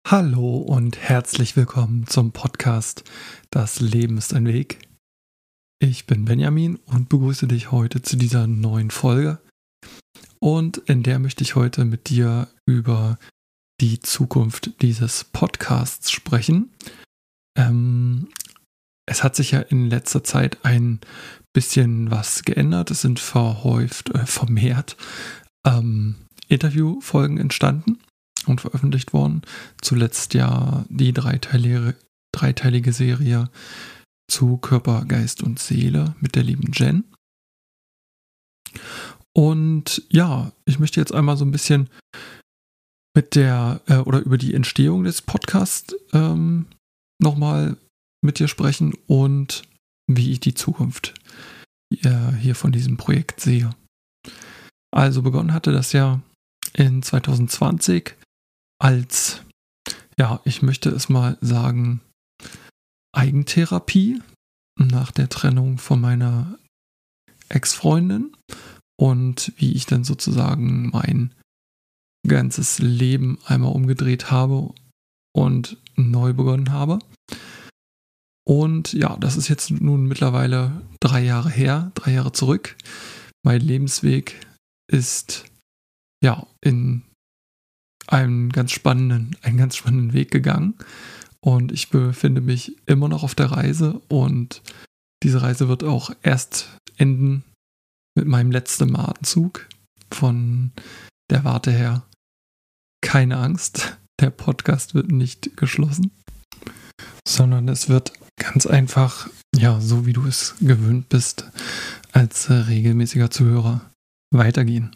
Hallo und herzlich willkommen zum Podcast Das Leben ist ein Weg. Ich bin Benjamin und begrüße dich heute zu dieser neuen Folge. Und in der möchte ich heute mit dir über die Zukunft dieses Podcasts sprechen. Es hat sich ja in letzter Zeit ein bisschen was geändert. Es sind vermehrt Interviewfolgen entstanden und veröffentlicht worden. Zuletzt ja die dreiteilige Serie zu Körper, Geist und Seele mit der lieben Jen. Und ja, ich möchte jetzt einmal so ein bisschen über die Entstehung des Podcasts nochmal mit dir sprechen und wie ich die Zukunft hier von diesem Projekt sehe. Also begonnen hatte das ja in 2020 als, ja, ich möchte es mal sagen, Eigentherapie nach der Trennung von meiner Ex-Freundin und wie ich dann sozusagen mein ganzes Leben einmal umgedreht habe und neu begonnen habe. Und ja, das ist jetzt nun mittlerweile 3 Jahre her, 3 Jahre zurück. Mein Lebensweg ist ja in einen ganz spannenden Weg gegangen. Und ich befinde mich immer noch auf der Reise und diese Reise wird auch erst enden mit meinem letzten Atemzug. Von der Warte her keine Angst, der Podcast wird nicht geschlossen, sondern es wird ganz einfach, ja, so wie du es gewöhnt bist, als regelmäßiger Zuhörer weitergehen.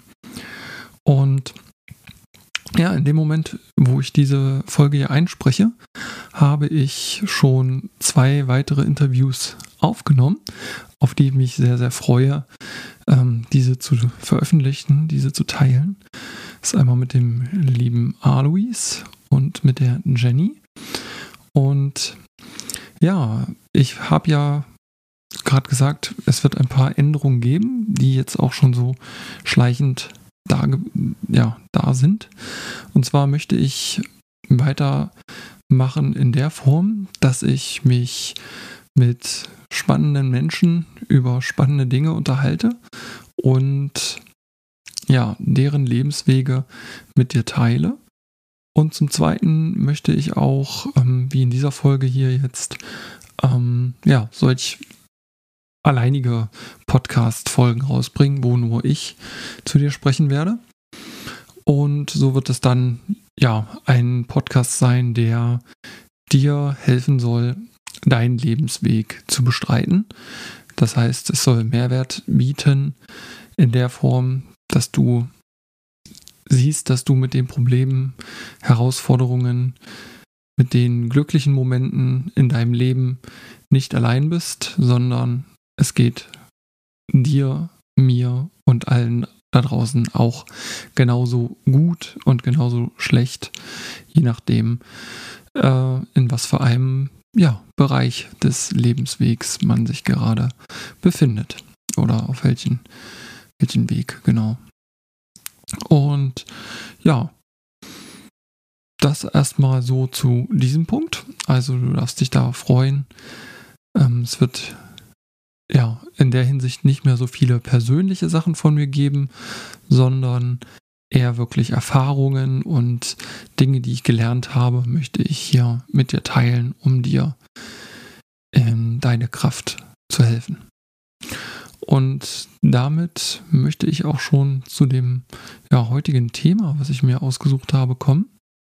Und ja, in dem Moment, wo ich diese Folge hier einspreche, habe ich schon 2 weitere Interviews aufgenommen, auf die ich mich sehr, sehr freue, diese zu veröffentlichen, diese zu teilen. Das ist einmal mit dem lieben Alois und mit der Jenny. Und ja, ich habe ja gerade gesagt, es wird ein paar Änderungen geben, die jetzt auch schon so schleichend da sind. Und zwar möchte ich weitermachen in der Form, dass ich mich mit spannenden Menschen über spannende Dinge unterhalte und ja, deren Lebenswege mit dir teile. Und zum Zweiten möchte ich auch, wie in dieser Folge hier jetzt, solch alleinige Podcast-Folgen rausbringen, wo nur ich zu dir sprechen werde. Und so wird es dann ja ein Podcast sein, der dir helfen soll, deinen Lebensweg zu bestreiten. Das heißt, es soll Mehrwert bieten in der Form, dass du siehst, dass du mit den Problemen, Herausforderungen, mit den glücklichen Momenten in deinem Leben nicht allein bist, sondern es geht dir, mir und allen da draußen auch genauso gut und genauso schlecht, je nachdem, in was für einem Bereich des Lebenswegs man sich gerade befindet oder auf welchen Weg, genau. Und ja, das erstmal so zu diesem Punkt. Also du darfst dich da freuen. Es wird ja in der Hinsicht nicht mehr so viele persönliche Sachen von mir geben, sondern eher wirklich Erfahrungen und Dinge, die ich gelernt habe, möchte ich hier mit dir teilen, um dir in deine Kraft zu helfen. Und damit möchte ich auch schon zu dem heutigen Thema, was ich mir ausgesucht habe, kommen.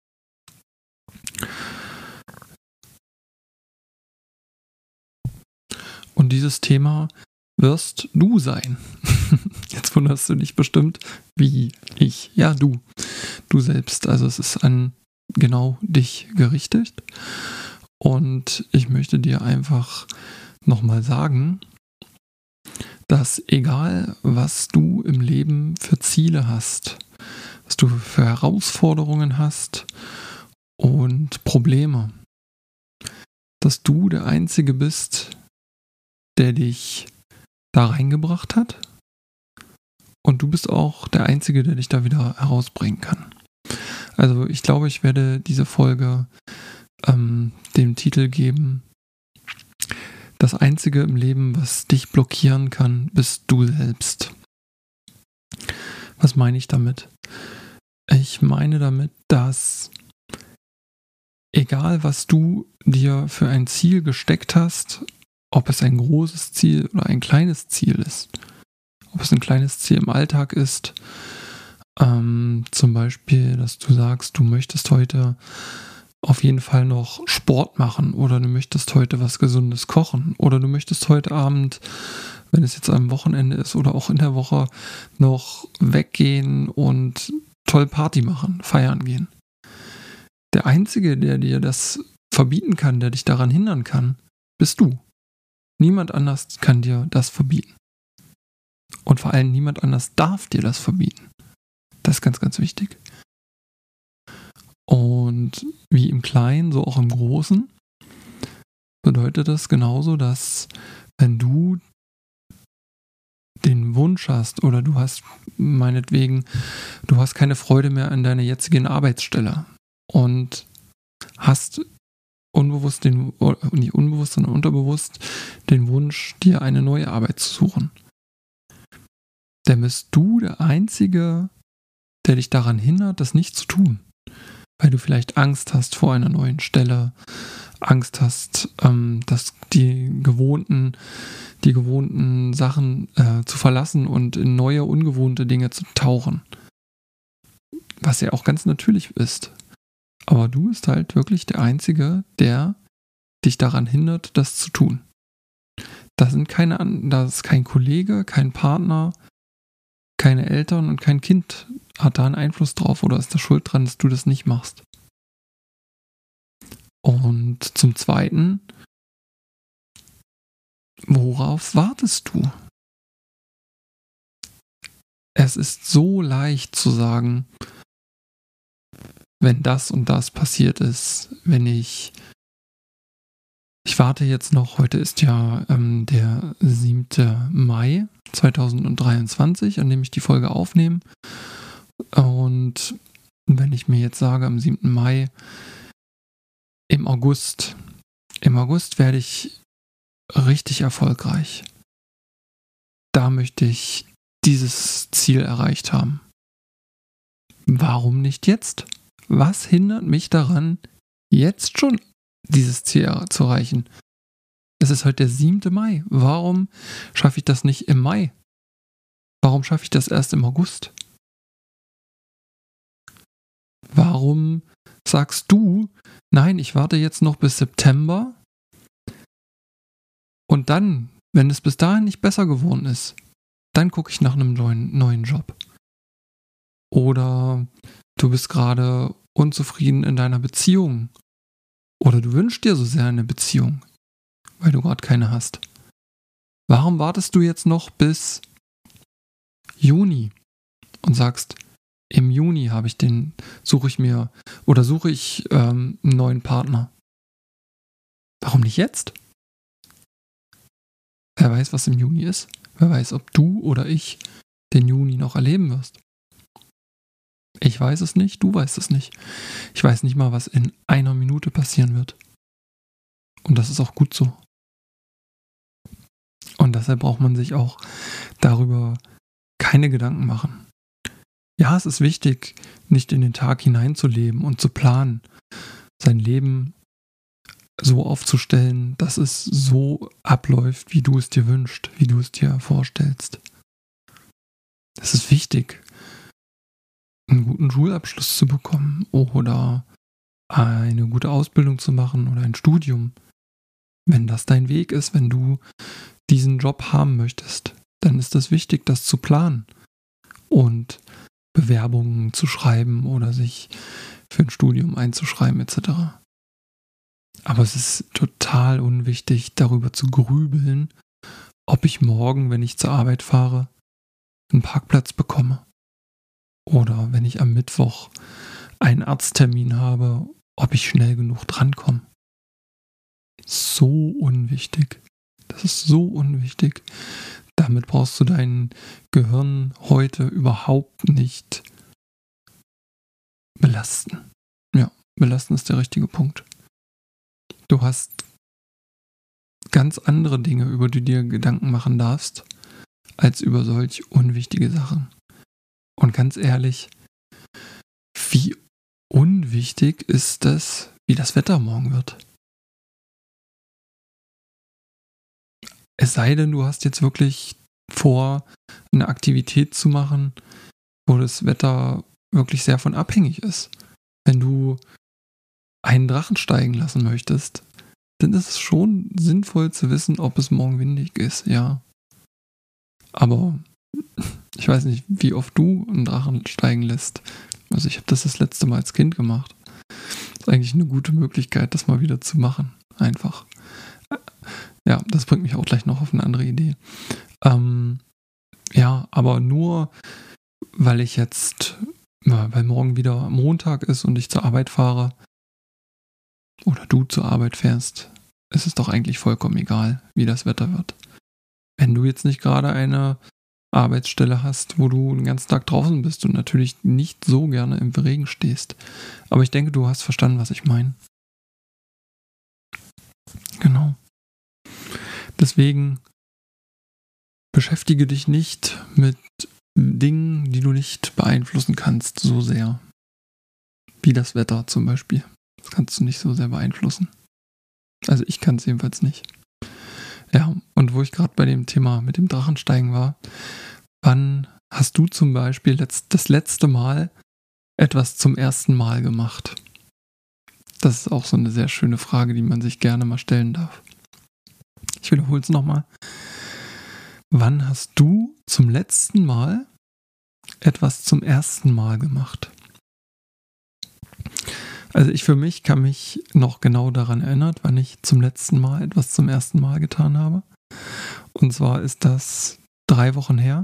Und dieses Thema wirst du sein. Jetzt wunderst du dich bestimmt, wie ich. Ja, du. Du selbst. Also es ist an genau dich gerichtet. Und ich möchte dir einfach nochmal sagen, dass egal, was du im Leben für Ziele hast, was du für Herausforderungen hast und Probleme, dass du der Einzige bist, der dich da reingebracht hat und du bist auch der Einzige, der dich da wieder herausbringen kann. Also ich glaube, ich werde diese Folge dem Titel geben: Das Einzige im Leben, was dich blockieren kann, bist du selbst. Was meine ich damit? Ich meine damit, dass egal was du dir für ein Ziel gesteckt hast, ob es ein großes Ziel oder ein kleines Ziel ist, ob es ein kleines Ziel im Alltag ist, zum Beispiel, dass du sagst, du möchtest heute auf jeden Fall noch Sport machen oder du möchtest heute was Gesundes kochen oder du möchtest heute Abend, wenn es jetzt am Wochenende ist oder auch in der Woche, noch weggehen und toll Party machen, feiern gehen. Der Einzige, der dir das verbieten kann, der dich daran hindern kann, bist du. Niemand anders kann dir das verbieten. Und vor allem niemand anders darf dir das verbieten. Das ist ganz, ganz wichtig. Und wie im Kleinen, so auch im Großen, bedeutet das genauso, dass wenn du den Wunsch hast oder du hast meinetwegen, du hast keine Freude mehr an deiner jetzigen Arbeitsstelle und hast unbewusst nicht unbewusst, sondern unterbewusst den Wunsch, dir eine neue Arbeit zu suchen, dann bist du der Einzige, der dich daran hindert, das nicht zu tun. Weil du vielleicht Angst hast vor einer neuen Stelle, Angst hast, dass die gewohnten Sachen zu verlassen und in neue, ungewohnte Dinge zu tauchen. Was ja auch ganz natürlich ist. Aber du bist halt wirklich der Einzige, der dich daran hindert, das zu tun. Das ist kein Kollege, kein Partner, keine Eltern und kein Kind hat da einen Einfluss drauf oder ist da schuld dran, dass du das nicht machst. Und zum Zweiten, worauf wartest du? Es ist so leicht zu sagen, wenn das und das passiert ist, wenn ich warte jetzt noch, heute ist ja der 7. Mai 2023, an dem ich die Folge aufnehme. Und wenn ich mir jetzt sage, am 7. Mai, im August werde ich richtig erfolgreich. Da möchte ich dieses Ziel erreicht haben. Warum nicht jetzt? Was hindert mich daran, jetzt schon dieses Ziel zu erreichen? Es ist heute der 7. Mai. Warum schaffe ich das nicht im Mai? Warum schaffe ich das erst im August? Warum sagst du, nein, ich warte jetzt noch bis September und dann, wenn es bis dahin nicht besser geworden ist, dann gucke ich nach einem neuen Job. Oder du bist gerade unzufrieden in deiner Beziehung. Oder du wünschst dir so sehr eine Beziehung, weil du gerade keine hast. Warum wartest du jetzt noch bis Juni und sagst, im Juni suche ich einen neuen Partner? Warum nicht jetzt? Wer weiß, was im Juni ist? Wer weiß, ob du oder ich den Juni noch erleben wirst? Ich weiß es nicht, du weißt es nicht. Ich weiß nicht mal, was in einer Minute passieren wird. Und das ist auch gut so. Und deshalb braucht man sich auch darüber keine Gedanken machen. Ja, es ist wichtig, nicht in den Tag hineinzuleben und zu planen, sein Leben so aufzustellen, dass es so abläuft, wie du es dir wünschst, wie du es dir vorstellst. Es ist wichtig, einen guten Schulabschluss zu bekommen oder eine gute Ausbildung zu machen oder ein Studium. Wenn das dein Weg ist, wenn du diesen Job haben möchtest, dann ist es wichtig, das zu planen und Bewerbungen zu schreiben oder sich für ein Studium einzuschreiben etc. Aber es ist total unwichtig, darüber zu grübeln, ob ich morgen, wenn ich zur Arbeit fahre, einen Parkplatz bekomme. Oder wenn ich am Mittwoch einen Arzttermin habe, ob ich schnell genug drankomme. So unwichtig. Das ist so unwichtig. Damit brauchst du dein Gehirn heute überhaupt nicht belasten. Ja, belasten ist der richtige Punkt. Du hast ganz andere Dinge, über die du dir Gedanken machen darfst, als über solch unwichtige Sachen. Und ganz ehrlich, wie unwichtig ist es, wie das Wetter morgen wird? Es sei denn, du hast jetzt wirklich vor, eine Aktivität zu machen, wo das Wetter wirklich sehr von abhängig ist. Wenn du einen Drachen steigen lassen möchtest, dann ist es schon sinnvoll zu wissen, ob es morgen windig ist, ja. Aber ich weiß nicht, wie oft du einen Drachen steigen lässt. Also ich habe das letzte Mal als Kind gemacht. Das ist eigentlich eine gute Möglichkeit, das mal wieder zu machen. Einfach. Ja, das bringt mich auch gleich noch auf eine andere Idee. Ja, aber nur, weil weil morgen wieder Montag ist und ich zur Arbeit fahre oder du zur Arbeit fährst, ist es doch eigentlich vollkommen egal, wie das Wetter wird. Wenn du jetzt nicht gerade eine Arbeitsstelle hast, wo du den ganzen Tag draußen bist und natürlich nicht so gerne im Regen stehst. Aber ich denke, du hast verstanden, was ich meine. Genau. Deswegen beschäftige dich nicht mit Dingen, die du nicht beeinflussen kannst, so sehr. Wie das Wetter zum Beispiel. Das kannst du nicht so sehr beeinflussen. Also ich kann es jedenfalls nicht. Ja, und wo ich gerade bei dem Thema mit dem Drachensteigen war, wann hast du zum Beispiel das letzte Mal etwas zum ersten Mal gemacht? Das ist auch so eine sehr schöne Frage, die man sich gerne mal stellen darf. Ich wiederhole es nochmal. Wann hast du zum letzten Mal etwas zum ersten Mal gemacht? Also ich für mich kann mich noch genau daran erinnern, wann ich zum letzten Mal etwas zum ersten Mal getan habe. Und zwar ist das 3 Wochen her.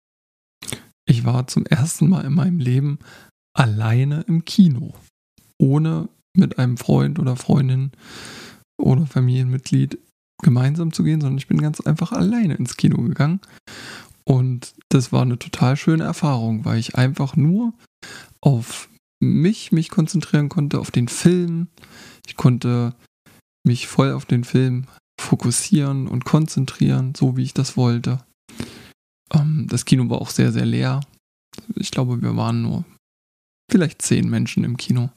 Ich war zum ersten Mal in meinem Leben alleine im Kino. Ohne mit einem Freund oder Freundin oder Familienmitglied gemeinsam zu gehen, sondern ich bin ganz einfach alleine ins Kino gegangen. Und das war eine total schöne Erfahrung, weil ich einfach nur auf mich konzentrieren konnte, auf den Film. Ich konnte mich voll auf den Film fokussieren und konzentrieren, so wie ich das wollte. Das Kino war auch sehr, sehr leer. Ich glaube, wir waren nur vielleicht 10 Menschen im Kino.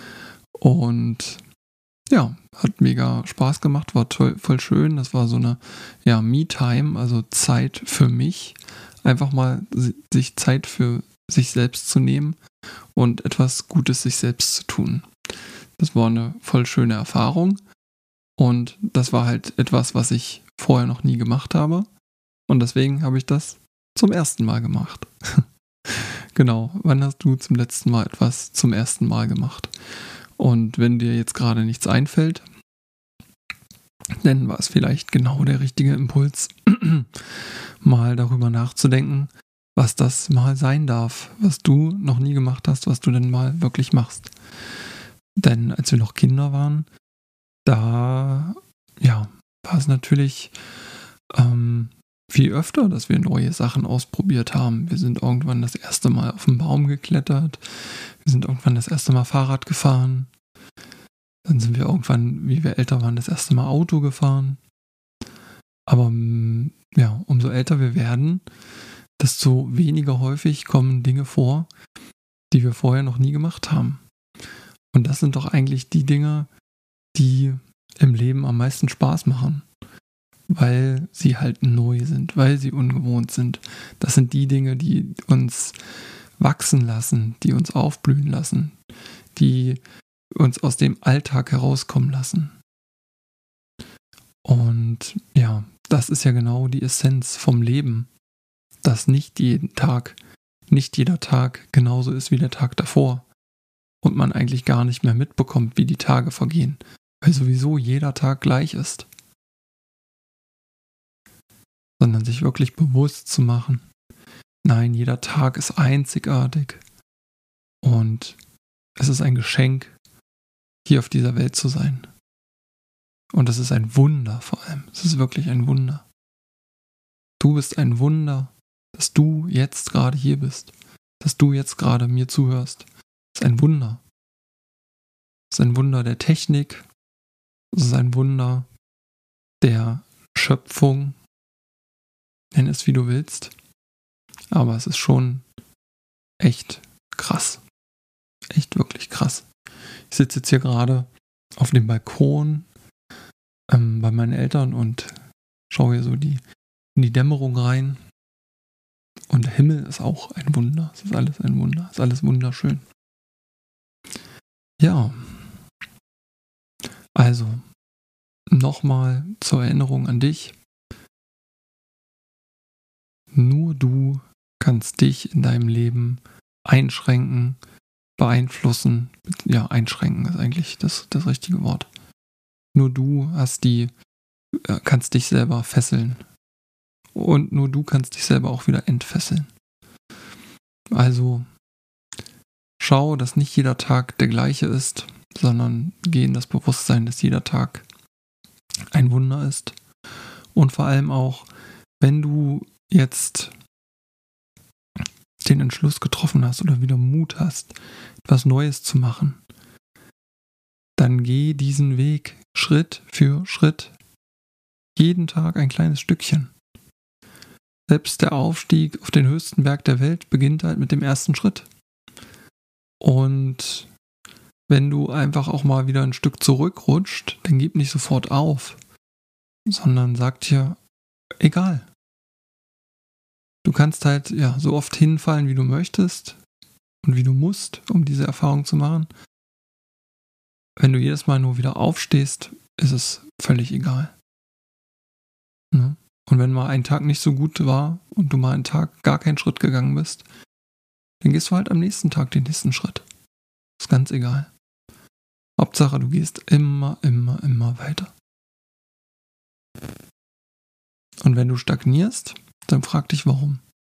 Und ja, hat mega Spaß gemacht, war toll, voll schön. Das war so eine Me-Time, also Zeit für mich. Einfach mal sich Zeit für sich selbst zu nehmen und etwas Gutes sich selbst zu tun. Das war eine voll schöne Erfahrung. Und das war halt etwas, was ich vorher noch nie gemacht habe. Und deswegen habe ich das zum ersten Mal gemacht. Genau, wann hast du zum letzten Mal etwas zum ersten Mal gemacht? Und wenn dir jetzt gerade nichts einfällt, dann war es vielleicht genau der richtige Impuls, mal darüber nachzudenken, was das mal sein darf, was du noch nie gemacht hast, was du denn mal wirklich machst. Denn als wir noch Kinder waren, da war es natürlich viel öfter, dass wir neue Sachen ausprobiert haben. Wir sind irgendwann das erste Mal auf den Baum geklettert. Wir sind irgendwann das erste Mal Fahrrad gefahren. Dann sind wir irgendwann, wie wir älter waren, das erste Mal Auto gefahren. Aber umso älter wir werden, desto weniger häufig kommen Dinge vor, die wir vorher noch nie gemacht haben. Und das sind doch eigentlich die Dinge, die im Leben am meisten Spaß machen. Weil sie halt neu sind, weil sie ungewohnt sind. Das sind die Dinge, die uns wachsen lassen, die uns aufblühen lassen, die uns aus dem Alltag herauskommen lassen. Und ja, das ist ja genau die Essenz vom Leben, dass nicht jeder Tag genauso ist wie der Tag davor und man eigentlich gar nicht mehr mitbekommt, wie die Tage vergehen, weil sowieso jeder Tag gleich ist. Sondern sich wirklich bewusst zu machen, nein, jeder Tag ist einzigartig und es ist ein Geschenk, hier auf dieser Welt zu sein. Und es ist ein Wunder vor allem. Es ist wirklich ein Wunder. Du bist ein Wunder, dass du jetzt gerade hier bist, dass du jetzt gerade mir zuhörst. Es ist ein Wunder. Es ist ein Wunder der Technik. Es ist ein Wunder der Schöpfung. Nenn es, wie du willst. Aber es ist schon echt krass. Echt wirklich krass. Ich sitze jetzt hier gerade auf dem Balkon bei meinen Eltern und schaue hier so in die Dämmerung rein. Und der Himmel ist auch ein Wunder. Es ist alles ein Wunder. Es ist alles wunderschön. Ja. Also, nochmal zur Erinnerung an dich. Nur du kannst dich in deinem Leben einschränken, beeinflussen. Ja, einschränken ist eigentlich das richtige Wort. Nur du kannst dich selber fesseln. Und nur du kannst dich selber auch wieder entfesseln. Also schau, dass nicht jeder Tag der gleiche ist, sondern geh in das Bewusstsein, dass jeder Tag ein Wunder ist. Und vor allem auch, wenn du jetzt den Entschluss getroffen hast oder wieder Mut hast, etwas Neues zu machen, dann geh diesen Weg Schritt für Schritt. Jeden Tag ein kleines Stückchen. Selbst der Aufstieg auf den höchsten Berg der Welt beginnt halt mit dem ersten Schritt. Und wenn du einfach auch mal wieder ein Stück zurückrutscht, dann gib nicht sofort auf, sondern sag dir, egal. Du kannst halt so oft hinfallen, wie du möchtest und wie du musst, um diese Erfahrung zu machen. Wenn du jedes Mal nur wieder aufstehst, ist es völlig egal. Ne? Und wenn mal ein Tag nicht so gut war und du mal einen Tag gar keinen Schritt gegangen bist, dann gehst du halt am nächsten Tag den nächsten Schritt. Ist ganz egal. Hauptsache, du gehst immer weiter. Und wenn du stagnierst, dann frag dich, warum.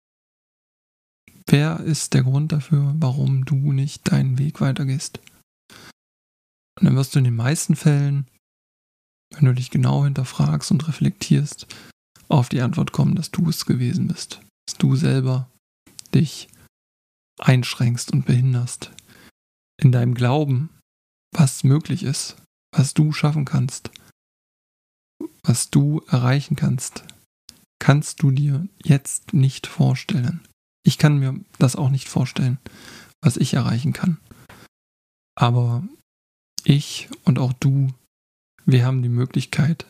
Wer ist der Grund dafür, warum du nicht deinen Weg weitergehst? Und dann wirst du in den meisten Fällen, wenn du dich genau hinterfragst und reflektierst, auf die Antwort kommen, dass du es gewesen bist. Dass du selber dich einschränkst und behinderst. In deinem Glauben, was möglich ist, was du schaffen kannst, was du erreichen kannst, kannst du dir jetzt nicht vorstellen. Ich kann mir das auch nicht vorstellen, was ich erreichen kann. Aber ich und auch du, wir haben die Möglichkeit,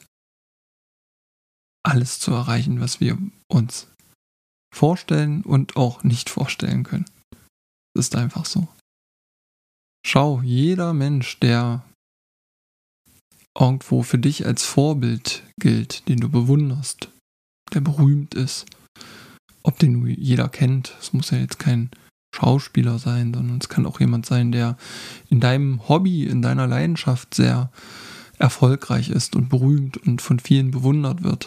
alles zu erreichen, was wir uns vorstellen und auch nicht vorstellen können. Das ist einfach so. Schau, jeder Mensch, der irgendwo für dich als Vorbild gilt, den du bewunderst, der berühmt ist, ob den nur jeder kennt, es muss ja jetzt kein Schauspieler sein, sondern es kann auch jemand sein, der in deinem Hobby, in deiner Leidenschaft sehr erfolgreich ist und berühmt und von vielen bewundert wird.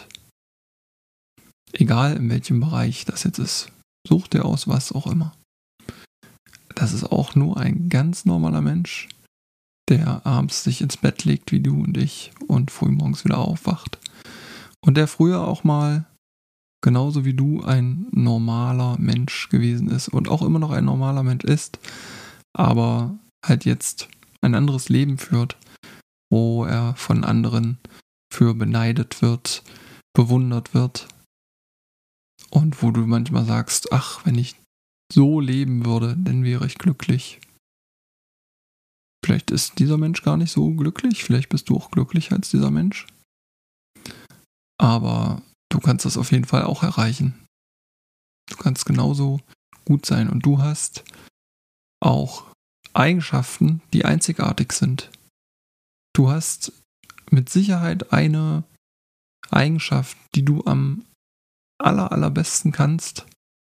Egal in welchem Bereich das jetzt ist. Such dir aus, was auch immer. Das ist auch nur ein ganz normaler Mensch, der abends sich ins Bett legt wie du und ich und frühmorgens wieder aufwacht. Und der früher auch mal genauso wie du ein normaler Mensch gewesen ist und auch immer noch ein normaler Mensch ist, aber halt jetzt ein anderes Leben führt, wo er von anderen für beneidet wird, bewundert wird und wo du manchmal sagst, ach, wenn ich so leben würde, dann wäre ich glücklich. Vielleicht ist dieser Mensch gar nicht so glücklich, vielleicht bist du auch glücklicher als dieser Mensch. Aber du kannst das auf jeden Fall auch erreichen. Du kannst genauso gut sein und du hast auch Eigenschaften, die einzigartig sind. Du hast mit Sicherheit eine Eigenschaft, die du am allerbesten kannst.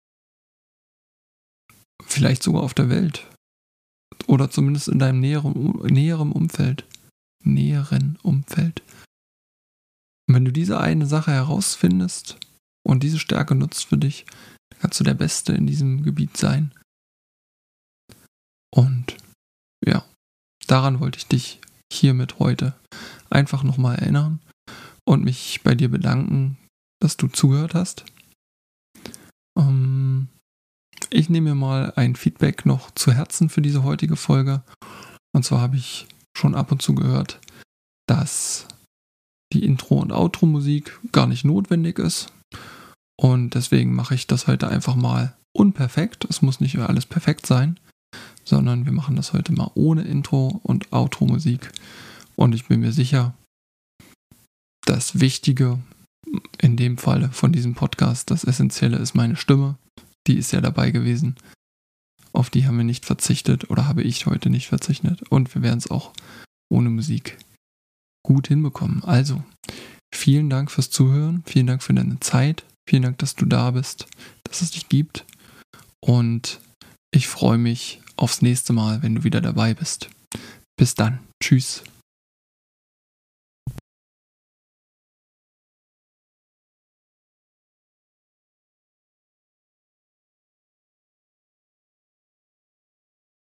Vielleicht sogar auf der Welt. Oder zumindest in deinem näheren Umfeld. Näheren Umfeld. Und wenn du diese eine Sache herausfindest und diese Stärke nutzt für dich, dann kannst du der Beste in diesem Gebiet sein. Und ja, daran wollte ich dich hiermit heute einfach nochmal erinnern und mich bei dir bedanken, dass du zugehört hast. ich nehme mir mal ein Feedback noch zu Herzen für diese heutige Folge. Und zwar habe ich schon ab und zu gehört, dass die Intro- und Outro-Musik gar nicht notwendig ist. Und deswegen mache ich das heute einfach mal unperfekt. Es muss nicht alles perfekt sein, sondern wir machen das heute mal ohne Intro- und Outro-Musik. Und ich bin mir sicher, das Wichtige in dem Fall von diesem Podcast, das Essentielle ist meine Stimme. Die ist ja dabei gewesen. Auf die haben wir nicht verzichtet oder habe ich heute nicht verzichtet. Und wir werden es auch ohne Musik gut hinbekommen. Also, vielen Dank fürs Zuhören. Vielen Dank für deine Zeit. Vielen Dank, dass du da bist, dass es dich gibt. Und ich freue mich aufs nächste Mal, wenn du wieder dabei bist. Bis dann. Tschüss.